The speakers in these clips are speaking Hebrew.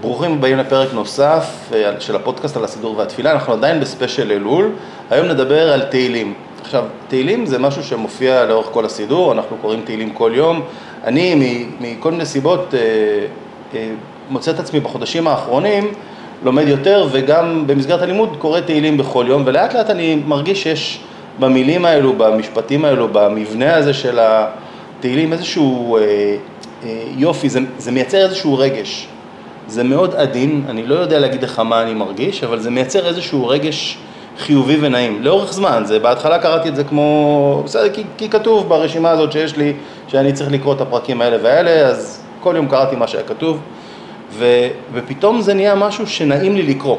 ברוכים הבאים לפרק נוסף של הפודקאסט על הסידור והתפילה. אנחנו עדיין בספיישל אלול. היום נדבר על תהילים. עכשיו, תהילים זה משהו שמופיע לאורך כל הסידור, אנחנו קוראים תהילים כל יום. אני מכל מיני סיבות מוצא את עצמי בחודשים האחרונים, לומד יותר וגם במסגרת הלימוד קורא תהילים בכל יום, ולאט לאט אני מרגיש שיש במילים האלו, במשפטים האלו, במבנה הזה של התהילים איזשהו יופי, זה מייצר איזשהו רגש. זה מאוד עדין, אני לא יודע להגיד לך מה אני מרגיש, אבל זה מייצר איזשהו רגש חיובי ונעים. לאורך זמן, בהתחלה קראתי את זה כמו, בסדר, כי כתוב ברשימה הזאת שיש לי, שאני צריך לקרוא את הפרקים האלה והאלה, אז כל יום קראתי מה שהיה כתוב, ופתאום זה נהיה משהו שנעים לי לקרוא.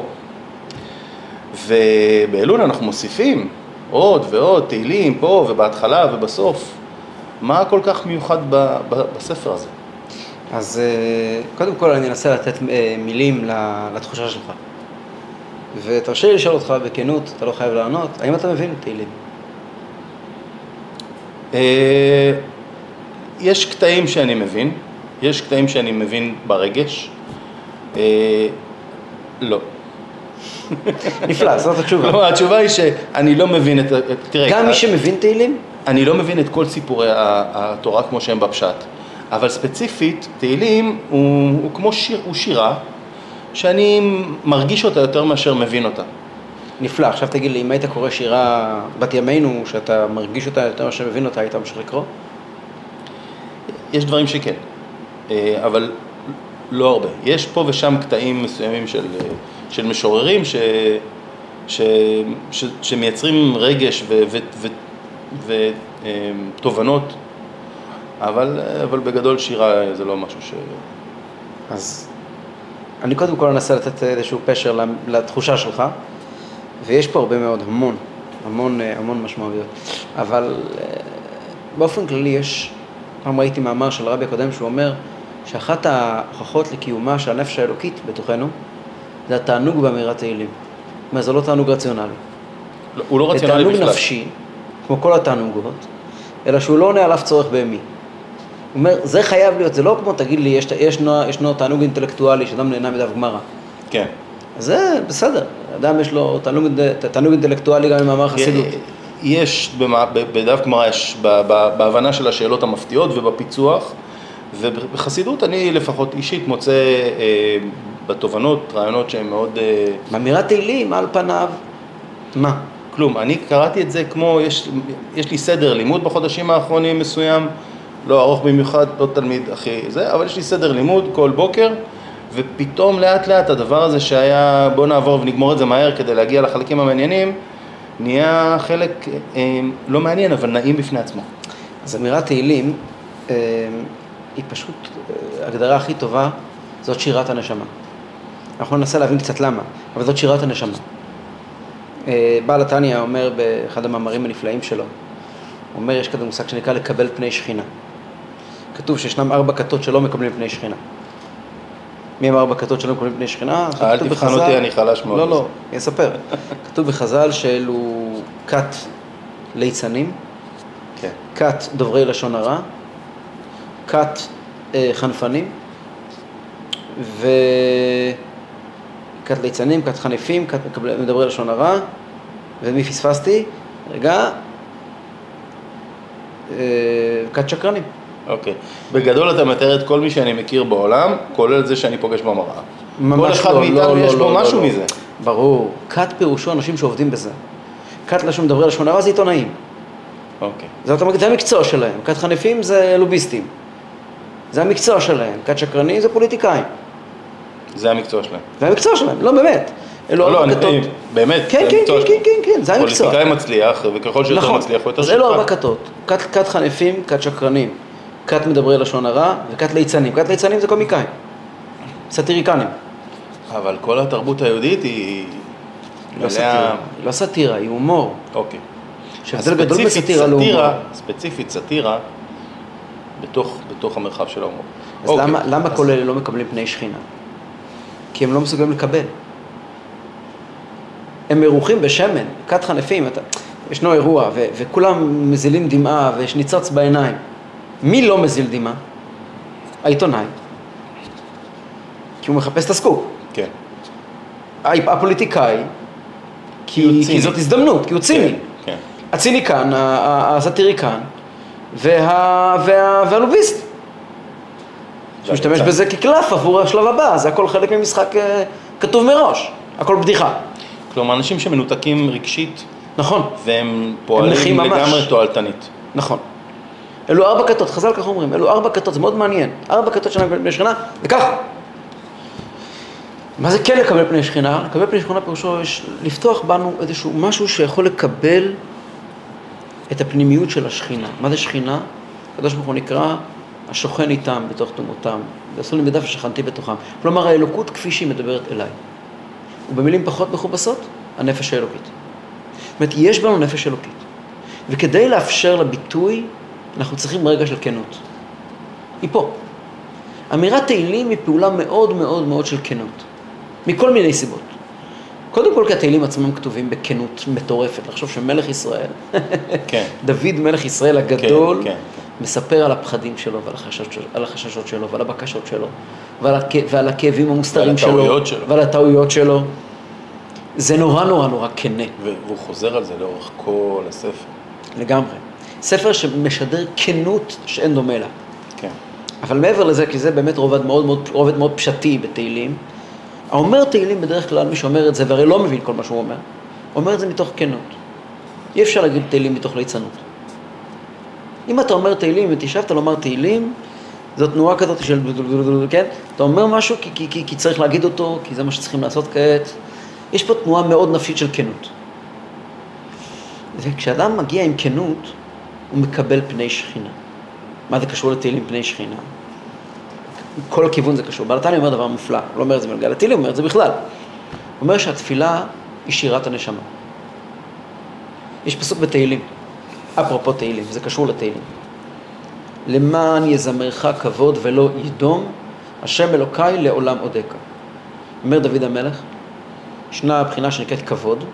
ובאלול אנחנו מוסיפים עוד ועוד תהילים פה ובהתחלה ובסוף. מה כל כך מיוחד בספר הזה? אז קודם כל אני אנסה לתת מילים לתחושה שלך. ותרשה לי לשאול אותך בכנות, אתה לא חייב לענות, האם אתה מבין תהילים? יש קטעים שאני מבין, יש קטעים שאני מבין ברגש. לא. נפלא, זאת התשובה. לא, התשובה היא שאני לא מבין את... תראה, גם מי שמבין תהילים? אני לא מבין את כל סיפורי התורה כמו שהם בפשט. אבל ספציפית, תהילים הוא כמו שיר, הוא שירה, שאני מרגיש אותה יותר מאשר מבין אותה. נפלא, עכשיו תגיד לי, אם היית קורא שירה בת ימינו, שאתה מרגיש אותה יותר מאשר מבין אותה, היית ממשיך לקרוא? יש דברים שכן, אבל לא הרבה. יש פה ושם קטעים מסוימים של משוררים שמייצרים רגש ותובנות, אבל בגדול שירה זה לא משהו אז אני קודם כל אנסה לתת איזשהו פשר לתחושה שלך, ויש פה הרבה מאוד, המון משמעויות. אבל באופן כללי פעם ראיתי מאמר של רבי הקודם שהוא אומר שאחת ההוכחות לקיומה של הנפש האלוקית בתוכנו זה התענוג באמירת תהילים. זאת אומרת, זה לא תענוג רציונלי. הוא לא רציונלי בכלל. זה תענוג נפשי, כמו כל התענוגות, אלא שהוא לא עונה על אף צורך בהמי. הוא אומר, זה חייב להיות, זה לא כמו, תגיד לי, ישנו תענוג אינטלקטואלי, שאדם נהנה מדף גמרא. כן. אז זה בסדר, אדם יש לו תענוג אינטלקטואלי גם במאמר חסידות. יש, בדף גמרא יש, בהבנה של השאלות המפתיעות ובפיצוח, ובחסידות אני לפחות אישית מוצא בתובנות, רעיונות שהן מאוד... באמירת תהילים, על פניו, מה? כלום, אני קראתי את זה כמו, יש לי סדר לימוד בחודשים האחרונים מסוים, לא ארוך במיוחד, לא תלמיד הכי זה, אבל יש לי סדר לימוד כל בוקר, ופתאום לאט לאט הדבר הזה שהיה בוא נעבור ונגמור את זה מהר כדי להגיע לחלקים המעניינים, נהיה חלק לא מעניין, אבל נעים בפני עצמו. אז אמירת תהילים היא פשוט, ההגדרה הכי טובה, זאת שירת הנשמה. אנחנו ננסה להבין קצת למה, אבל זאת שירת הנשמה. בעל התניא אומר באחד המאמרים הנפלאים שלו, הוא אומר, יש כזה מושג שנקרא לקבל פני שכינה. כתוב שישנם 4 כתות שלא מקבלים פני שכינה. מי הם 4 כתות שלא מקבלים פני שכינה? אל תבחן אותי, אני חלש מאוד. לא, אני אספר. כתוב בחז"ל שאלו כת ליצנים, כת דוברי לשון הרע, כת חנפנים, וכת ליצנים, כת חניפים, כת מדברי לשון הרע, ומי פספסתי? רגע, כת שקרנים. אוקיי. בגדול אתה מתאר את כל מי שאני מכיר בעולם, כולל את זה שאני פוגש במראה. כל אחד מאיתנו יש בו משהו מזה. ברור. כת פירושו אנשים שעובדים בזה. כת לשון מדברי לשון הרע זה עיתונאים. אוקיי. זה המקצוע שלהם. כת חניפים זה לוביסטים. זה המקצוע שלהם. כת שקרנים זה פוליטיקאים. זה המקצוע שלהם. זה המקצוע שלהם, לא באמת. לא, באמת, כן, זה המקצוע. פוליטיקאי מצליח, וככל שיותר מצליח הוא יותר שפק. אז אלו 4 כתות. כת חניפים, כת שקרנים, כת מדברי לשון הרע, וכת ליצנים. כת ליצנים זה קומיקאים. סטיריקנים. אבל כל התרבות היהודית היא... לא סטירה, היא הומור. אוקיי. ספציפית סטירה בתוך המרחב של ההומור. אז למה כל אלה לא מקבלים פני שכינה? כי הם לא מסוגלים לקבל. הם מרוחים בשמן, כת חנפים, ישנו אירוע, וכולם מזילים דמעה, ויש ניצוץ בעיניים. מי לא מזיל דמעה? העיתונאי. כי הוא מחפש את הסקופ. כן. הפוליטיקאי, כי זאת הזדמנות, כי הוא ציני. כן, כן. הציניקן, הסאטיריקן, והלוביסט. שמשתמש בזה כקלף עבור השלב הבא, זה הכל חלק ממשחק כתוב מראש, הכל בדיחה. כלומר, אנשים שמנותקים רגשית, נכון. והם פועלים לגמרי תועלתנית. נכון. אלו 4 כתות, חז"ל כך אומרים, אלו 4 כתות, זה מאוד מעניין. 4 כתות שנקבל פני שכינה, וככה. מה זה כן לקבל פני שכינה? לקבל פני שכינה פירושו לפתוח בנו איזשהו משהו שיכול לקבל את הפנימיות של השכינה. מה זה שכינה? הקדוש ברוך הוא נקרא השוכן איתם בתוך תומותם. ועשו לי בדף שכנתי בתוכם. כלומר, האלוקות כפי שהיא מדברת אליי. ובמילים פחות מכובסות, הנפש האלוקית. זאת אומרת, יש בנו נפש אלוקית. וכדי לאפשר לביטוי, אנחנו צריכים רגע של כנות. היא פה. אמירת תהילים היא פעולה מאוד מאוד מאוד של כנות. מכל מיני סיבות. קודם כל, כי התהילים עצמם כתובים בכנות מטורפת. לחשוב שמלך ישראל, כן. דוד מלך ישראל הגדול, כן, כן. מספר על הפחדים שלו ועל החששות שלו ועל הבקשות שלו ועל הכאבים המוסתרים שלו ועל הטעויות שלו. זה נורא נורא נורא כנה. והוא חוזר על זה לאורך כל הספר. לגמרי. ספר שמשדר כנות שאין דומה לה. כן. אבל מעבר לזה, כי זה באמת רובד מאוד פשטי בתהילים, האומר תהילים בדרך כלל, מי שאומר את זה, והרי לא מבין כל מה שהוא אומר את זה מתוך כנות. אי אפשר להגיד תהילים מתוך ליצנות. אם אתה אומר תהילים, אם תשבת לומר תהילים, זו תנועה כזאת של כן? אתה אומר משהו כי צריך להגיד אותו, כי זה מה שצריכים לעשות כעת. יש פה תנועה מאוד נפשית של כנות. וכשאדם מגיע עם כנות, הוא מקבל פני שכינה. מה זה קשור לתהילים פני שכינה? כל הכיוון זה קשור. בעל התניא אומר דבר מופלא, הוא לא אומר את זה בנוגע לתהילים, הוא אומר את זה בכלל. הוא אומר שהתפילה היא שירת הנשמה. יש פסוק בתהילים, אפרופו תהילים, זה קשור לתהילים. למען יזמרך כבוד ולא ידום, השם אלוקיי לעולם עודקה. אומר דוד המלך, ישנה הבחינה שנקראת כבוד.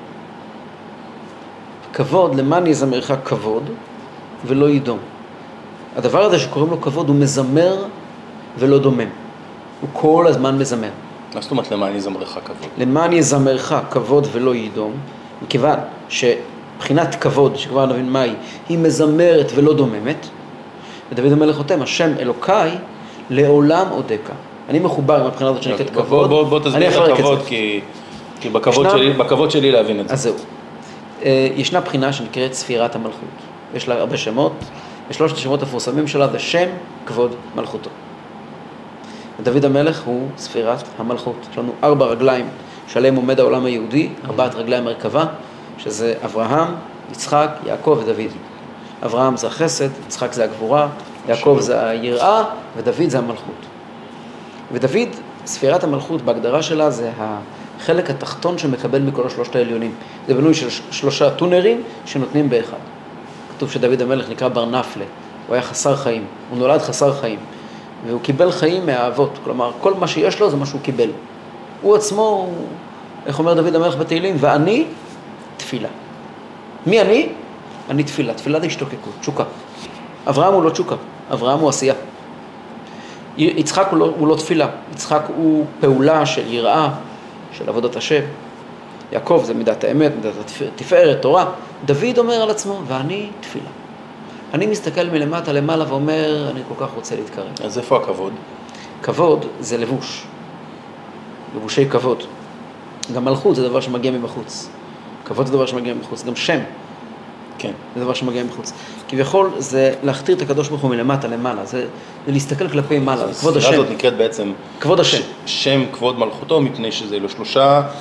כבוד, למען יזמרך כבוד ולא ידום. הדבר הזה שקוראים לו כבוד הוא מזמר ולא דומם. הוא כל הזמן מזמר. מה זאת אומרת למען יזמרך כבוד? למען יזמרך כבוד ולא ידום, מכיוון שבחינת כבוד, שכבר נבין מהי, היא מזמרת ולא דוממת, ודוד המלך חותם, השם אלוקיי לעולם עודקה. אני מחובר עם הבחינה הזאת שנקראת כבוד. בוא תסביר את הכבוד, כי בכבוד שלי להבין את זה. אז זהו. ישנה בחינה שנקראת ספירת המלכות. יש לה הרבה שמות, ושלושת השמות המפורסמים שלה זה שם, כבוד, מלכותו. דוד המלך הוא ספירת המלכות. יש לנו 4 רגליים שעליהם עומד העולם היהודי, 4 רגליים מרכבה, שזה אברהם, יצחק, יעקב ודוד. אברהם זה החסד, יצחק זה הגבורה, יעקב זה היראה, ודוד זה המלכות. ודוד, ספירת המלכות בהגדרה שלה זה החלק התחתון שמקבל מכל 3 העליונים. זה בנוי של 3 טונרים שנותנים באחד. כתוב שדוד המלך נקרא בר נפלה, הוא היה חסר חיים, הוא נולד חסר חיים. והוא קיבל חיים מהאבות, כלומר, כל מה שיש לו זה מה שהוא קיבל. הוא עצמו, איך אומר דוד המלך בתהילים, ואני תפילה. מי אני? אני תפילה. תפילה זה השתוקקות, תשוקה. אברהם הוא לא תשוקה, אברהם הוא עשייה. יצחק הוא לא תפילה, יצחק הוא פעולה של יראה, של עבודת השם. יעקב זה מידת האמת, מידת התפארת, תורה. דוד אומר על עצמו, ואני תפילה. אני מסתכל מלמטה למעלה ואומר, אני כל כך רוצה להתקרב. אז איפה הכבוד? כבוד זה לבוש, לבושי כבוד. גם מלכות זה דבר שמגיע מבחוץ. כבוד זה דבר שמגיע מבחוץ. גם שם, כן. זה דבר שמגיע מבחוץ. כביכול זה להכתיר את הקדוש ברוך הוא מלמטה למעלה, זה להסתכל כלפי מעלה, כבוד השם. הספירה הזאת נקראת בעצם כבוד השם. שם כבוד מלכותו, מפני שזה לו 3,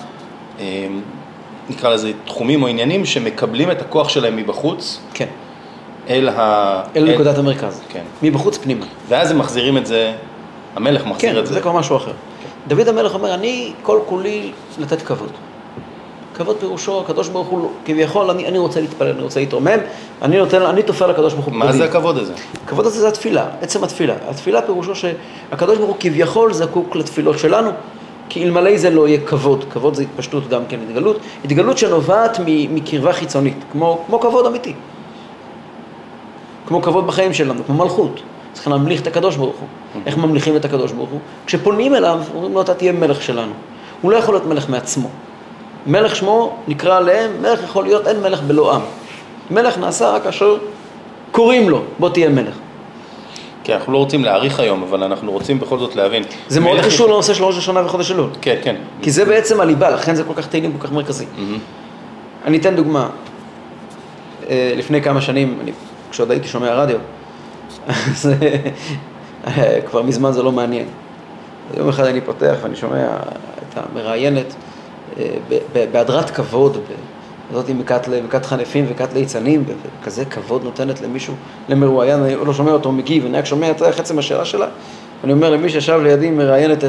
נקרא לזה תחומים או עניינים שמקבלים את הכוח שלהם מבחוץ. כן. אל נקודת המרכז. כן. מבחוץ פנימה. ואז הם מחזירים את זה, המלך מחזיר את זה. כן, זה כבר משהו אחר. דוד המלך אומר, אני כל כולי לתת כבוד. כבוד פירושו, הקדוש ברוך הוא, כביכול, אני רוצה להתפלל, אני רוצה להתרומם, אני תופר לקדוש ברוך הוא. מה זה הכבוד הזה? הכבוד הזה זה התפילה, עצם התפילה. התפילה פירושו שהקדוש ברוך הוא כביכול זקוק לתפילות שלנו, כי אלמלא זה לא יהיה כבוד. כבוד זה התפשטות גם כן התגלות. התגלות שנובעת מקרבה חיצונית, כמו כבוד אמיתי. כמו כבוד בחיים שלנו, כמו מלכות. צריכים להמליך את הקדוש ברוך הוא. איך ממליכים את הקדוש ברוך הוא? כשפונים אליו, אומרים לו, אתה תהיה מלך שלנו. הוא לא יכול להיות מלך מעצמו. מלך שמו נקרא עליהם, מלך יכול להיות, אין מלך בלא עם. מלך נעשה רק כאשר קוראים לו, בוא תהיה מלך. כן, אנחנו לא רוצים להעריך היום, אבל אנחנו רוצים בכל זאת להבין. זה מאוד קשור לנושא של ראש השנה וחודש אלול. כן, כן. כי זה בעצם הליבה, לכן זה כל כך תהילים, כל כך מרכזי. אני אתן דוגמה. לפני כמה שנים, כשעוד הייתי שומע רדיו, אז כבר מזמן זה לא מעניין. יום אחד אני פותח ואני שומע את המראיינת בהדרת כבוד, זאת עם מכת חנפים וכת ליצנים, וכזה כבוד נותנת למישהו, למרואיין, אני לא שומע אותו מגיב, אני רק שומע את חצי מהשאלה שלה, ואני אומר למי שישב לידי, מראיינת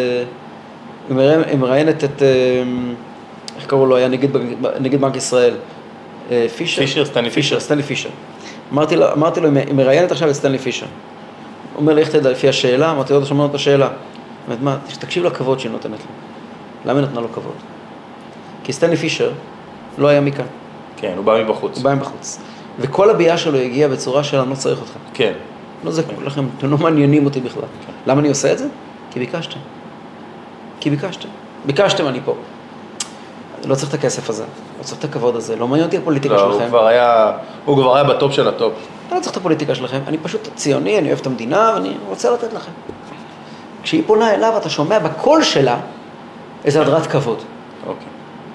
את, איך קראו לו, היה נגיד בנק ישראל, סטנלי פישר. אמרתי לו, היא מראיינת עכשיו את סטנלי פישר. הוא אומר לי, איך תדע לפי השאלה? אמרתי לו, אתה שומע את השאלה. אומרת, מה, תקשיב לכבוד שהיא נותנת לו. למה היא נתנה לו כבוד? כי סטנלי פישר לא היה מכאן. כן, הוא בא מבחוץ. הוא בא מבחוץ. וכל הביאה שלו הגיעה בצורה של אני לא צריך אותך. כן. לא זקוק לכם, אתם לא מעניינים אותי בכלל. למה אני עושה את זה? כי ביקשתם. ביקשתם, אני פה. לא צריך את הכסף הזה, לא צריך את הכבוד הזה, לא מעניין אותי הפוליטיקה שלכם. הוא כבר היה בטופ של הטופ. אתה לא צריך את הפוליטיקה שלכם, אני פשוט ציוני, אני אוהב את המדינה, ואני רוצה לתת לכם. כשהיא פונה אליו, אתה שומע בקול שלה איזו הדרת כבוד. אוקיי.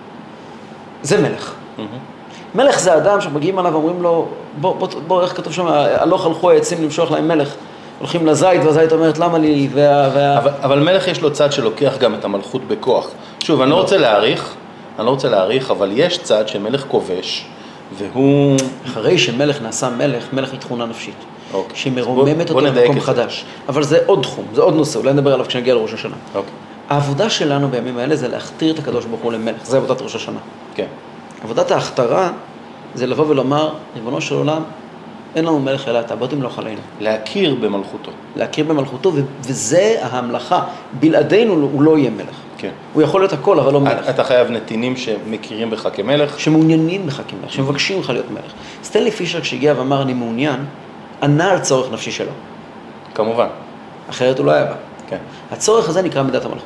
זה מלך. מלך זה אדם שמגיעים עליו ואומרים לו, בוא, איך כתוב שם, הלוך הלכו העצים למשוח להם מלך. הולכים לזית, והזית אומרת, למה לי, אבל מלך יש לו צד שלוקח גם את המלכות בכוח. שוב, אני לא רוצה להעריך, אבל יש צד שמלך כובש, והוא... אחרי שמלך נעשה מלך היא תכונה נפשית. שהיא מרוממת אותו במקום חדש. אבל זה עוד תחום, זה עוד נושא, אולי נדבר עליו כשנגיע לראש השנה. העבודה שלנו בימים האלה זה להכתיר את הקדוש ברוך הוא למלך, זה עבודת ראש השנה. כן. עבודת ההכתרה זה לבוא ולומר, ריבונו של עולם, אין לנו מלך אלא אתה, בוא תמלוך עלינו. להכיר במלכותו. להכיר במלכותו, וזה ההמלכה. בלעדינו הוא לא יהיה מלך. כן. הוא יכול להיות הכל, אבל לא מלך. אתה חייב נתינים שמכירים בך כמלך. שמעוניינים בך כמלך, שמבקשים לך להיות מלך. סטנלי פישר כשהגיע ואמר אני מעוניין, ענה על צורך נפשי שלו. כמובן. אחרת הוא לא היה בא. כן. הצורך הזה נקרא מידת המלכות.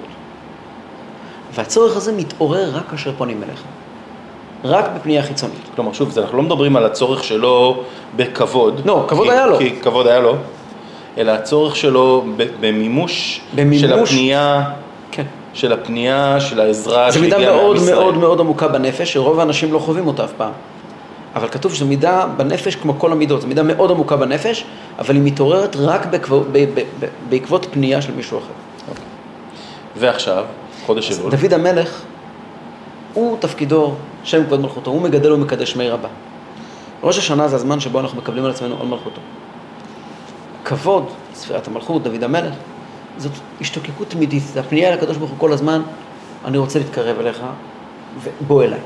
והצורך הזה מתעורר רק כאשר פונים אליך. רק בפנייה חיצונית. כלומר, שוב, אנחנו לא מדברים על הצורך שלו בכבוד. לא, כבוד היה לו. כי כבוד היה לו, אלא הצורך שלו במימוש של הפנייה, כן. של הפנייה, של העזרה שהגיעה מעם ישראל. זו מידה מאוד מאוד מאוד עמוקה בנפש, שרוב האנשים לא חווים אותה אף פעם. אבל כתוב שזו מידה בנפש כמו כל המידות, זו מידה מאוד עמוקה בנפש, אבל היא מתעוררת רק בעקבות פנייה של מישהו אחר. אוקיי. ועכשיו, חודש אלול. דוד המלך, הוא תפקידו, שם כבוד מלכותו, הוא מגדל ומקדש שמי רבה. ראש השנה זה הזמן שבו אנחנו מקבלים על עצמנו על מלכותו. כבוד, ספירת המלכות, דוד המלך, זאת השתוקקות תמידית, זה הפנייה לקדוש ברוך הוא כל הזמן, אני רוצה להתקרב אליך, ובוא אליי.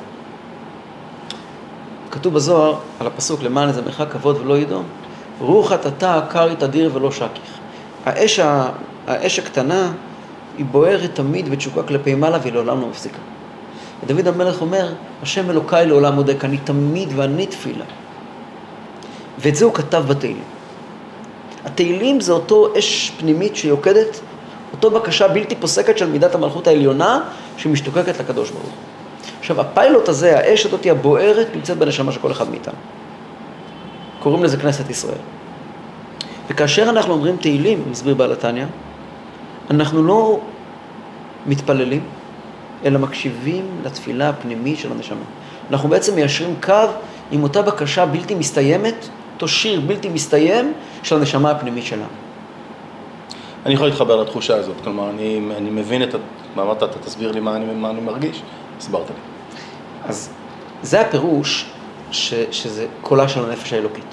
כתוב בזוהר, על הפסוק, למען יזמך כבוד ולא ידום, רוחת אתה קרי תדיר ולא שכיח. האש הקטנה, היא בוערת תמיד בתשוקה כלפי מעלה, והיא לעולם לא מפסיקה. ודוד המלך אומר, השם אלוקיי לעולם מודק, אני תמיד ואני תפילה. ואת זה הוא כתב בתהילים. התהילים זה אותו אש פנימית שיוקדת, אותו בקשה בלתי פוסקת של מידת המלכות העליונה, שמשתוקקת לקדוש ברוך הוא. עכשיו, הפיילוט הזה, האש הזאת הבוערת, נמצאת בנשמה של כל אחד מאיתנו. קוראים לזה כנסת ישראל. וכאשר אנחנו אומרים תהילים, מסביר בעל התניא, אנחנו לא מתפללים, אלא מקשיבים לתפילה הפנימית של הנשמה. אנחנו בעצם מיישרים קו עם אותה בקשה בלתי מסתיימת, אותו שיר בלתי מסתיים של הנשמה הפנימית שלנו. אני יכול להתחבר לתחושה הזאת, כלומר, אני מבין מה אמרת, אתה תסביר לי מה אני מרגיש, הסברת לי. אז זה הפירוש שזה קולה של הנפש האלוקית.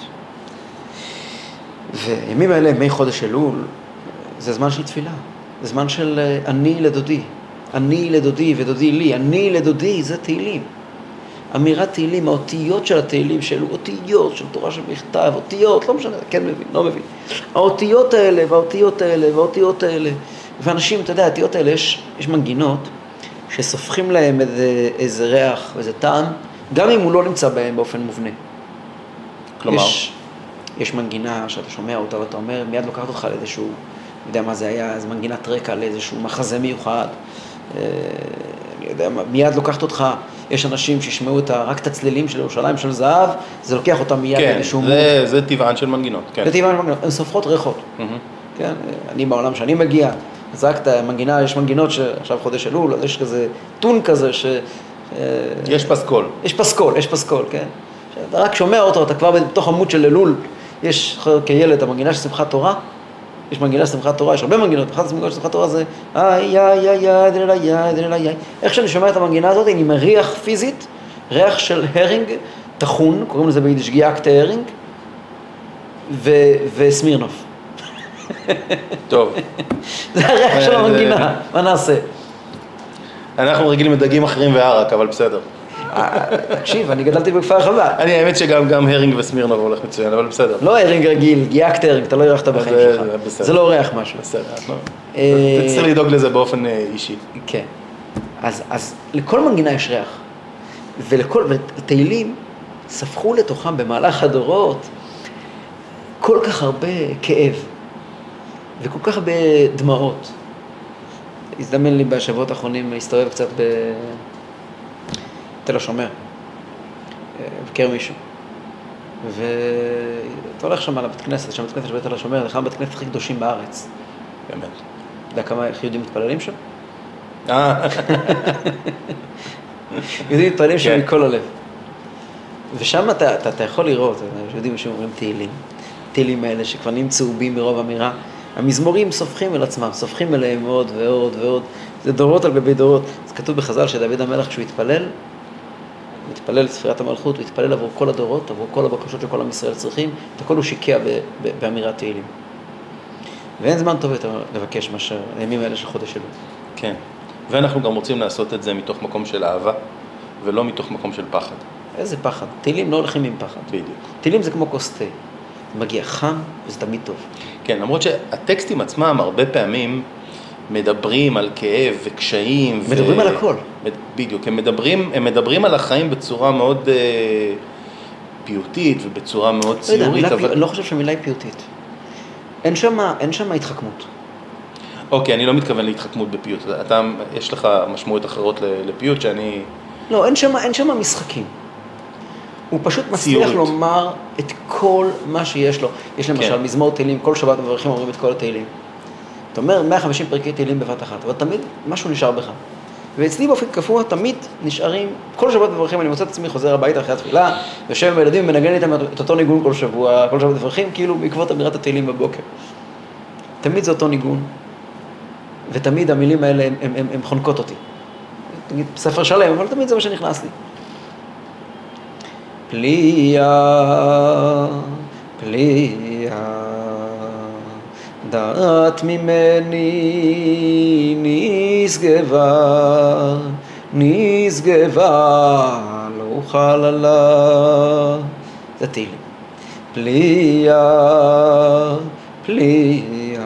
וימים האלה, ימי חודש אלול, זה זמן של תפילה. זה זמן של אני לדודי. אני לדודי ודודי לי. אני לדודי, זה תהילים. אמירת תהילים, האותיות של התהילים, שאלו אותיות של תורה של מכתב, אותיות, לא משנה, כן מבין, לא מבין. האותיות האלה והאותיות האלה והאותיות האלה. ואנשים, אתה יודע, האותיות האלה, יש מנגינות שסופחים להם איזה ריח, איזה טעם, גם אם הוא לא נמצא בהם באופן מובנה. כלומר? יש מנגינה שאתה שומע אותה ואתה אומר, מיד לוקחת אותך לאיזשהו, אני יודע מה זה היה, אז מנגינת רקע לאיזשהו מחזה מיוחד, אני יודע מה, מיד לוקחת אותך, יש אנשים שישמעו רק את הצלילים של ירושלים של זהב, זה לוקח אותם מיד לאיזשהו מות. כן, זה טבען של מנגינות, כן. זה טבען של מנגינות, הן סופרות ריחות. כן, אני בעולם שאני מגיע, אז רק את המנגינה, יש מנגינות שעכשיו חודש אלול, אז יש כזה טון כזה יש פסקול. יש פסקול, כן. אתה רק שומע אותו, אתה כבר בתוך עמוד של אלול, יש כילד, המנגינה של שמחת תורה, יש מנגינה של שמחת תורה, יש הרבה מנגינות, אחת המנגינות של שמחת תורה זה איך שאני שומע את המנגינה הזאת, אני מריח פיזית, ריח של הרינג תחון, קוראים לזה ביידיש גיאקט הרינג, וסמירנוף. טוב. זה הריח של המנגינה, מה נעשה? אנחנו רגילים לדגים אחרים וערק, אבל בסדר. תקשיב, אני גדלתי בכפר חב"ד. האמת שגם הרינג וסמירנוב הולך מצוין, אבל בסדר. לא הרינג רגיל, גיאקט הרינג, אתה לא ירחת בחיים שלך. זה לא ריח משהו. בסדר. צריך לדאוג לזה באופן אישי. כן. אז לכל מנגינה יש ריח. ותהילים ספחו לתוכם במהלך הדורות כל כך הרבה כאב וכל כך הרבה דמעות. הזדמן לי בשבועות האחרונים להסתובב קצת בתל השומר, בקר מישהו. ואתה הולך שם על הבית כנסת, שם בית כנסת של בתל השומר, זה אחד הבית כנסת הכי קדושים בארץ. באמת. אתה יודע כמה יהודים מתפללים שם? יהודים מתפללים שם מכל הלב. ושם אתה יכול לראות, יהודים שאומרים תהילים. תהילים האלה שכבר נהיים צהובים מרוב אמירה. המזמורים סופחים אל עצמם, סופחים אליהם עוד ועוד ועוד. זה דורות על גבי דורות. אז כתוב בחז"ל שדוד המלך כשהוא מתפלל לספירת המלכות, הוא התפלל עבור כל הדורות, עבור כל הבקשות שכל עם ישראל צריכים, את הכל הוא שיקע באמירת תהילים. ואין זמן טוב יותר לבקש מאשר הימים האלה של חודש אלול. כן, ואנחנו גם רוצים לעשות את זה מתוך מקום של אהבה, ולא מתוך מקום של פחד. איזה פחד? תהילים לא הולכים עם פחד. בדיוק. תהילים זה כמו כוס תה. זה מגיע חם וזה תמיד טוב. כן, למרות שהטקסטים עצמם הרבה פעמים מדברים על כאב וקשיים. מדברים על הכל. בדיוק, הם מדברים על החיים בצורה מאוד פיוטית ובצורה מאוד ציורית. אני לא חושב שהמילה היא פיוטית. אין שם התחכמות. אוקיי, אני לא מתכוון להתחכמות בפיוט. יש לך משמעות אחרות לפיוט שאני... לא, אין שם משחקים. הוא פשוט מצליח לומר את כל מה שיש לו. יש למשל מזמור תהילים, כל שבת מברכים אומרים את כל התהילים. אתה אומר 150 פרקי תהילים בבת אחת, אבל תמיד משהו נשאר בך. ואצלי באופן קפוא תמיד נשארים, כל שבת מברכים, אני מוצא את עצמי חוזר הביתה אחרי התפילה, יושב עם הילדים ומנגן איתם את אותו ניגון כל שבוע, כל שבת מברכים, כאילו בעקבות אמירת התהילים בבוקר. תמיד זה אותו ניגון, ותמיד המילים האלה הם חונקות אותי. תגיד, ספר שלם, אבל תמיד זה מה שנכנס לי. פליה, דעת ממני נשגבה, לא אוכל עלה. זה תהילים. פליה,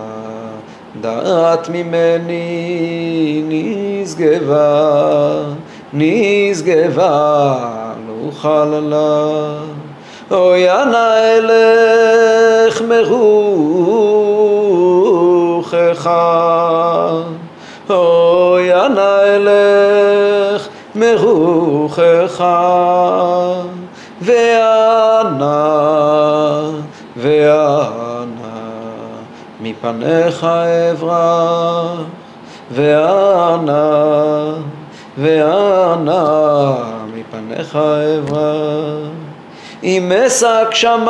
דעת ממני נשגבה, לא אוכל עלה. אוי אנא אלך מרוחך, אוי אנא אלך מרוחך, ואנא מפניך אברח, ואנא מפניך אברח. אם אשק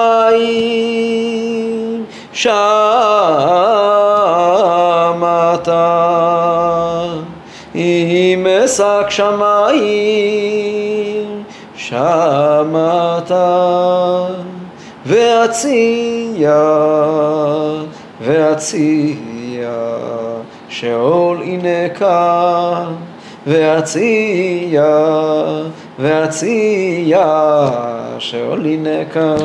שמיים שם אתה, אם אשק שמיים שם אתה, והציע שאול עינקה, והציע שאול עינקה.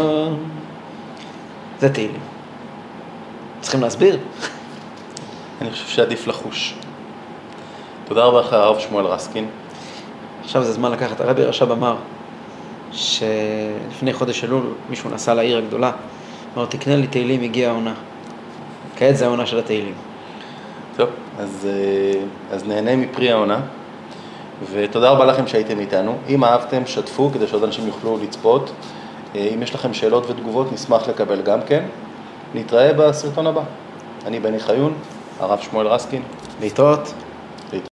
זה תהילים. צריכים להסביר? אני חושב שעדיף לחוש. תודה רבה לך הרב שמואל רסקין. עכשיו זה זמן לקחת. הרבי רש"ב אמר שלפני חודש אלול מישהו נסע לעיר הגדולה אמר, תקנה לי תהילים, הגיעה העונה. כעת זה העונה של התהילים. טוב, אז נהנה מפרי העונה, ותודה רבה לכם שהייתם איתנו. אם אהבתם, שתפו כדי שעוד אנשים יוכלו לצפות. אם יש לכם שאלות ותגובות, נשמח לקבל גם כן. נתראה בסרטון הבא. אני בני חיון, הרב שמואל רסקין. להתראות.